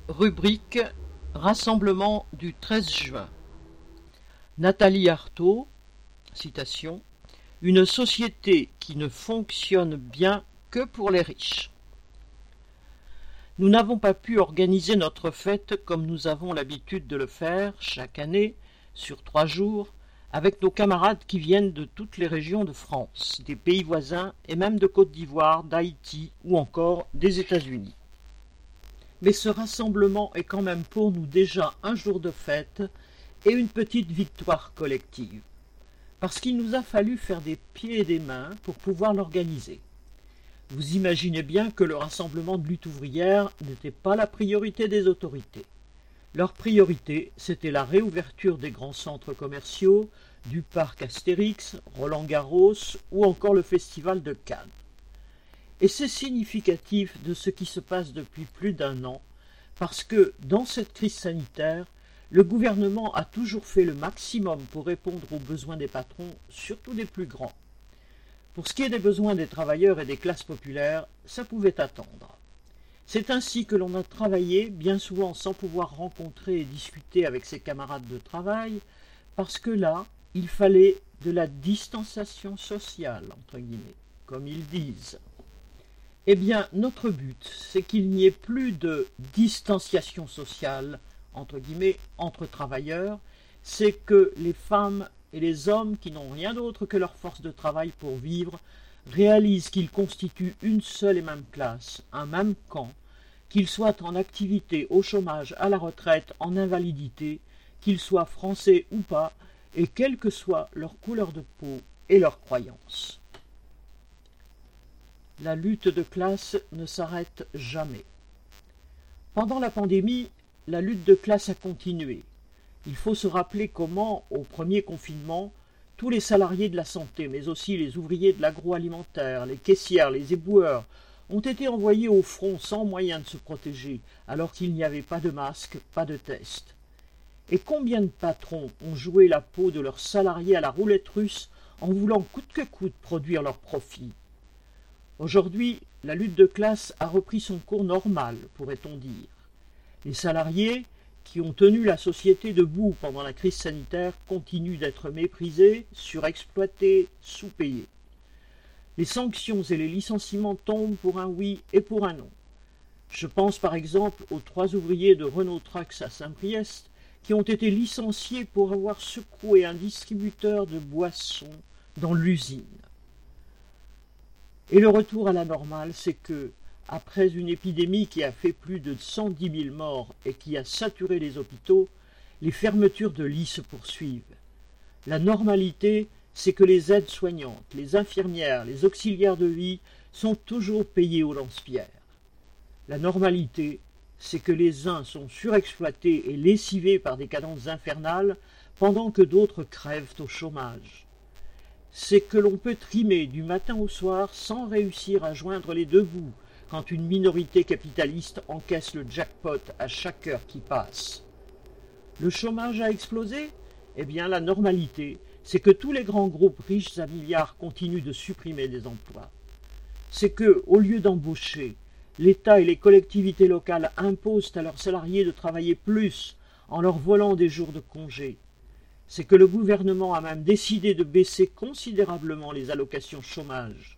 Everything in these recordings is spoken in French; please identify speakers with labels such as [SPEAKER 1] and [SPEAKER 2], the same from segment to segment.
[SPEAKER 1] Rubrique Rassemblement du 13 juin. Nathalie Arthaud, citation, « Une société qui ne fonctionne bien que pour les riches ». Nous n'avons pas pu organiser notre fête comme nous avons l'habitude de le faire chaque année, sur 3 jours, avec nos camarades qui viennent de toutes les régions de France, des pays voisins et même de Côte d'Ivoire, d'Haïti ou encore des États-Unis. Mais ce rassemblement est quand même pour nous déjà un jour de fête et une petite victoire collective, parce qu'il nous a fallu faire des pieds et des mains pour pouvoir l'organiser. Vous imaginez bien que le rassemblement de lutte ouvrière n'était pas la priorité des autorités. Leur priorité, c'était la réouverture des grands centres commerciaux, du parc Astérix, Roland-Garros ou encore le festival de Cannes. Et c'est significatif de ce qui se passe depuis plus d'1 an, parce que, dans cette crise sanitaire, le gouvernement a toujours fait le maximum pour répondre aux besoins des patrons, surtout des plus grands. Pour ce qui est des besoins des travailleurs et des classes populaires, ça pouvait attendre. C'est ainsi que l'on a travaillé, bien souvent sans pouvoir rencontrer et discuter avec ses camarades de travail, parce que là, il fallait de la distanciation sociale, entre guillemets, comme ils disent. Eh bien, notre but, c'est qu'il n'y ait plus de distanciation sociale, entre guillemets, entre travailleurs, c'est que les femmes et les hommes qui n'ont rien d'autre que leur force de travail pour vivre réalisent qu'ils constituent une seule et même classe, un même camp, qu'ils soient en activité, au chômage, à la retraite, en invalidité, qu'ils soient français ou pas, et quelle que soit leur couleur de peau et leurs croyances. La lutte de classe ne s'arrête jamais. Pendant la pandémie, la lutte de classe a continué. Il faut se rappeler comment, au premier confinement, tous les salariés de la santé, mais aussi les ouvriers de l'agroalimentaire, les caissières, les éboueurs, ont été envoyés au front sans moyen de se protéger, alors qu'il n'y avait pas de masque, pas de test. Et combien de patrons ont joué la peau de leurs salariés à la roulette russe en voulant coûte que coûte produire leur profit? Aujourd'hui, la lutte de classe a repris son cours normal, pourrait-on dire. Les salariés, qui ont tenu la société debout pendant la crise sanitaire, continuent d'être méprisés, surexploités, sous-payés. Les sanctions et les licenciements tombent pour un oui et pour un non. Je pense par exemple aux 3 ouvriers de Renault Trucks à Saint-Priest qui ont été licenciés pour avoir secoué un distributeur de boissons dans l'usine. Et le retour à la normale, c'est que, après une épidémie qui a fait plus de 110 000 morts et qui a saturé les hôpitaux, les fermetures de lits se poursuivent. La normalité, c'est que les aides-soignantes, les infirmières, les auxiliaires de vie sont toujours payés au lance-pierre. La normalité, c'est que les uns sont surexploités et lessivés par des cadences infernales, pendant que d'autres crèvent au chômage. C'est que l'on peut trimer du matin au soir sans réussir à joindre les 2 bouts quand une minorité capitaliste encaisse le jackpot à chaque heure qui passe. Le chômage a explosé? Eh bien, la normalité, c'est que tous les grands groupes riches à milliards continuent de supprimer des emplois. C'est que, au lieu d'embaucher, l'État et les collectivités locales imposent à leurs salariés de travailler plus en leur volant des jours de congé. C'est que le gouvernement a même décidé de baisser considérablement les allocations chômage.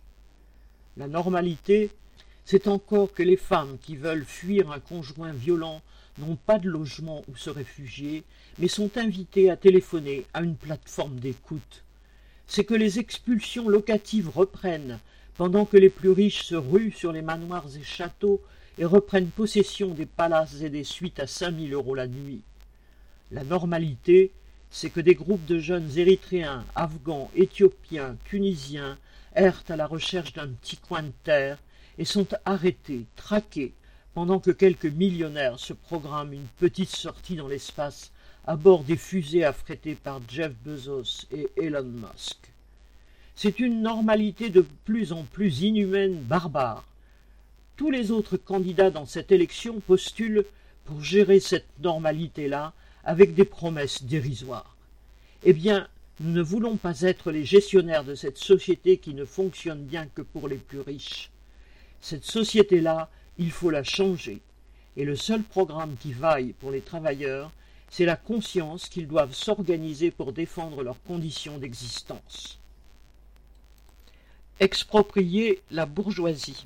[SPEAKER 1] La normalité, c'est encore que les femmes qui veulent fuir un conjoint violent n'ont pas de logement où se réfugier, mais sont invitées à téléphoner à une plateforme d'écoute. C'est que les expulsions locatives reprennent, pendant que les plus riches se ruent sur les manoirs et châteaux et reprennent possession des palaces et des suites à 5 000 € la nuit. La normalité, c'est que des groupes de jeunes érythréens, afghans, éthiopiens, tunisiens errent à la recherche d'un petit coin de terre et sont arrêtés, traqués, pendant que quelques millionnaires se programment une petite sortie dans l'espace à bord des fusées affrétées par Jeff Bezos et Elon Musk. C'est une normalité de plus en plus inhumaine, barbare. Tous les autres candidats dans cette élection postulent pour gérer cette normalité-là avec des promesses dérisoires. Eh bien, nous ne voulons pas être les gestionnaires de cette société qui ne fonctionne bien que pour les plus riches. Cette société-là, il faut la changer. et le seul programme qui vaille pour les travailleurs, c'est la conscience qu'ils doivent s'organiser pour défendre leurs conditions d'existence. Exproprier la bourgeoisie.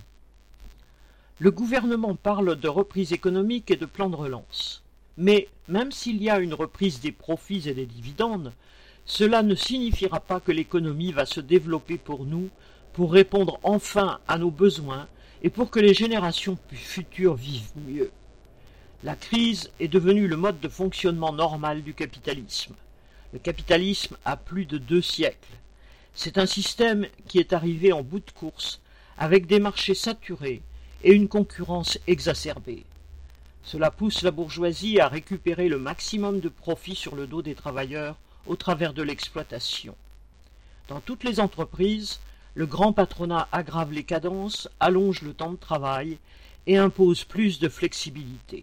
[SPEAKER 1] Le gouvernement parle de reprise économique et de plan de relance. Mais même s'il y a une reprise des profits et des dividendes, cela ne signifiera pas que l'économie va se développer pour nous, pour répondre enfin à nos besoins et pour que les générations futures vivent mieux. La crise est devenue le mode de fonctionnement normal du capitalisme. Le capitalisme a plus de 2 siècles. C'est un système qui est arrivé en bout de course, avec des marchés saturés et une concurrence exacerbée. Cela pousse la bourgeoisie à récupérer le maximum de profit sur le dos des travailleurs au travers de l'exploitation. Dans toutes les entreprises, le grand patronat aggrave les cadences, allonge le temps de travail et impose plus de flexibilité.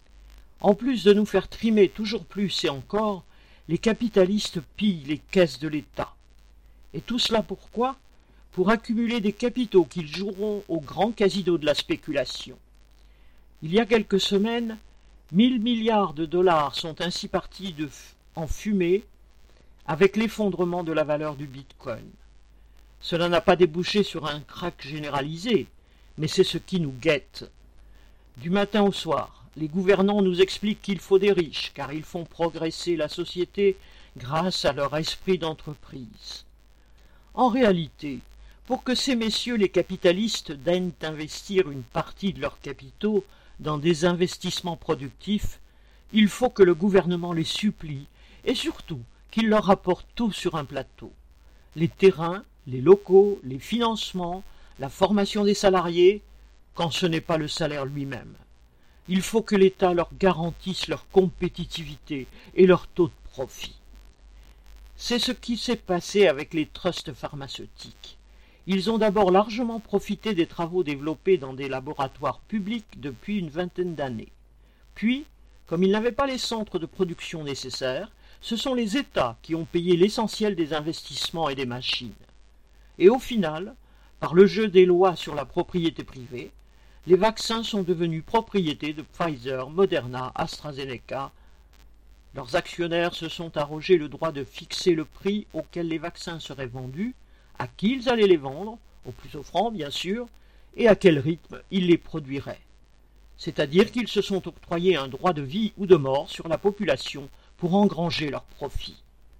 [SPEAKER 1] En plus de nous faire trimer toujours plus et encore, les capitalistes pillent les caisses de l'État. Et tout cela pourquoi ? Pour accumuler des capitaux qu'ils joueront au grand casino de la spéculation. Il y a quelques semaines, 1000 milliards de dollars sont ainsi partis en fumée avec l'effondrement de la valeur du Bitcoin. Cela n'a pas débouché sur un krach généralisé, mais c'est ce qui nous guette. Du matin au soir, les gouvernants nous expliquent qu'il faut des riches, car ils font progresser la société grâce à leur esprit d'entreprise. En réalité, pour que ces messieurs les capitalistes daignent investir une partie de leurs capitaux dans des investissements productifs, il faut que le gouvernement les supplie et surtout qu'il leur apporte tout sur un plateau. Les terrains, les locaux, les financements, la formation des salariés, quand ce n'est pas le salaire lui-même. Il faut que l'État leur garantisse leur compétitivité et leur taux de profit. C'est ce qui s'est passé avec les trusts pharmaceutiques. Ils ont d'abord largement profité des travaux développés dans des laboratoires publics depuis une vingtaine d'années. Puis, comme ils n'avaient pas les centres de production nécessaires, ce sont les États qui ont payé l'essentiel des investissements et des machines. Et au final, par le jeu des lois sur la propriété privée, les vaccins sont devenus propriété de Pfizer, Moderna, AstraZeneca. Leurs actionnaires se sont arrogés le droit de fixer le prix auquel les vaccins seraient vendus, à qui ils allaient les vendre, au plus offrant bien sûr, et à quel rythme ils les produiraient. C'est-à-dire qu'ils se sont octroyés un droit de vie ou de mort sur la population pour engranger leurs profits.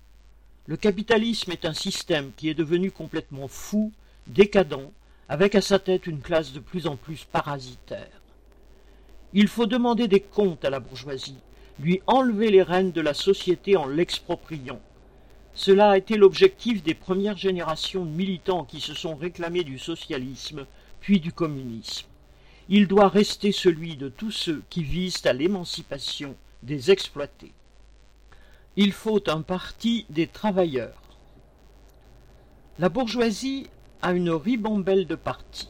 [SPEAKER 1] Le capitalisme est un système qui est devenu complètement fou, décadent, avec à sa tête une classe de plus en plus parasitaire. Il faut demander des comptes à la bourgeoisie, lui enlever les rênes de la société en l'expropriant. Cela a été l'objectif des premières générations de militants qui se sont réclamés du socialisme, puis du communisme. Il doit rester celui de tous ceux qui visent à l'émancipation des exploités. Il faut un parti des travailleurs. La bourgeoisie a une ribambelle de partis.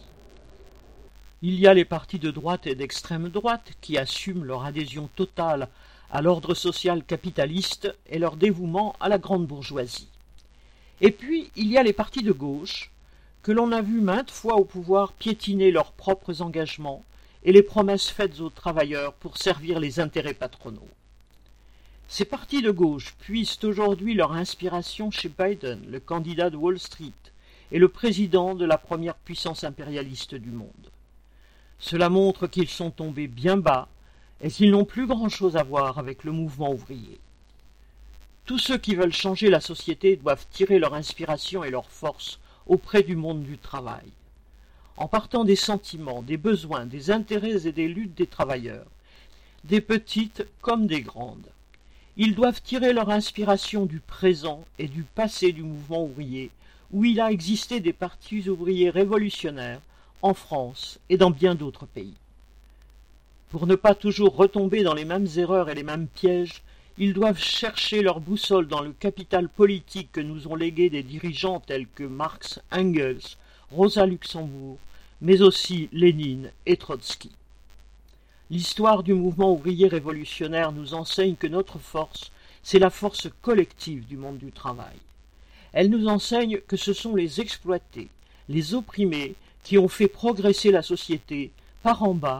[SPEAKER 1] Il y a les partis de droite et d'extrême droite qui assument leur adhésion totale à l'ordre social capitaliste et leur dévouement à la grande bourgeoisie. Et puis, il y a les partis de gauche, que l'on a vu maintes fois au pouvoir piétiner leurs propres engagements et les promesses faites aux travailleurs pour servir les intérêts patronaux. Ces partis de gauche puisent aujourd'hui leur inspiration chez Biden, le candidat de Wall Street, et le président de la première puissance impérialiste du monde. Cela montre qu'ils sont tombés bien bas et qu'ils n'ont plus grand-chose à voir avec le mouvement ouvrier. Tous ceux qui veulent changer la société doivent tirer leur inspiration et leur force auprès du monde du travail. En partant des sentiments, des besoins, des intérêts et des luttes des travailleurs, des petites comme des grandes. Ils doivent tirer leur inspiration du présent et du passé du mouvement ouvrier, où il a existé des partis ouvriers révolutionnaires en France et dans bien d'autres pays. Pour ne pas toujours retomber dans les mêmes erreurs et les mêmes pièges, ils doivent chercher leur boussole dans le capital politique que nous ont légué des dirigeants tels que Marx, Engels, Rosa Luxembourg, mais aussi Lénine et Trotsky. L'histoire du mouvement ouvrier révolutionnaire nous enseigne que notre force, c'est la force collective du monde du travail. Elle nous enseigne que ce sont les exploités, les opprimés, qui ont fait progresser la société par en bas,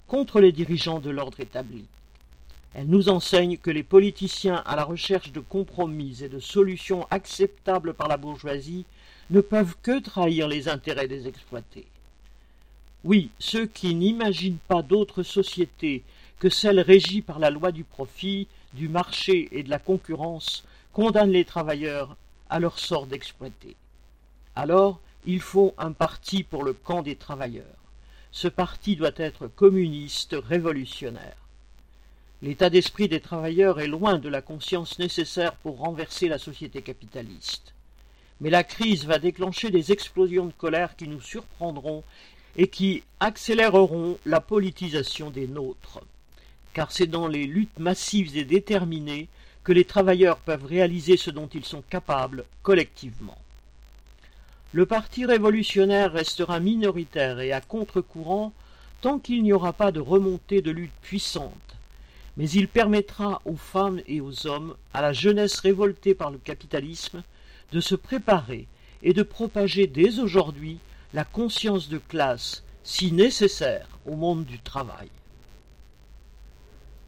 [SPEAKER 1] contre les dirigeants de l'ordre établi. Elle nous enseigne que les politiciens à la recherche de compromis et de solutions acceptables par la bourgeoisie ne peuvent que trahir les intérêts des exploités. Oui, ceux qui n'imaginent pas d'autre société que celle régie par la loi du profit, du marché et de la concurrence condamnent les travailleurs à leur sort d'exploités. Alors, il faut un parti pour le camp des travailleurs. Ce parti doit être communiste, révolutionnaire. L'état d'esprit des travailleurs est loin de la conscience nécessaire pour renverser la société capitaliste. Mais la crise va déclencher des explosions de colère qui nous surprendront et qui accéléreront la politisation des nôtres. Car c'est dans les luttes massives et déterminées que les travailleurs peuvent réaliser ce dont ils sont capables collectivement. Le parti révolutionnaire restera minoritaire et à contre-courant tant qu'il n'y aura pas de remontée de lutte puissante, mais il permettra aux femmes et aux hommes, à la jeunesse révoltée par le capitalisme, de se préparer et de propager dès aujourd'hui la conscience de classe si nécessaire au monde du travail.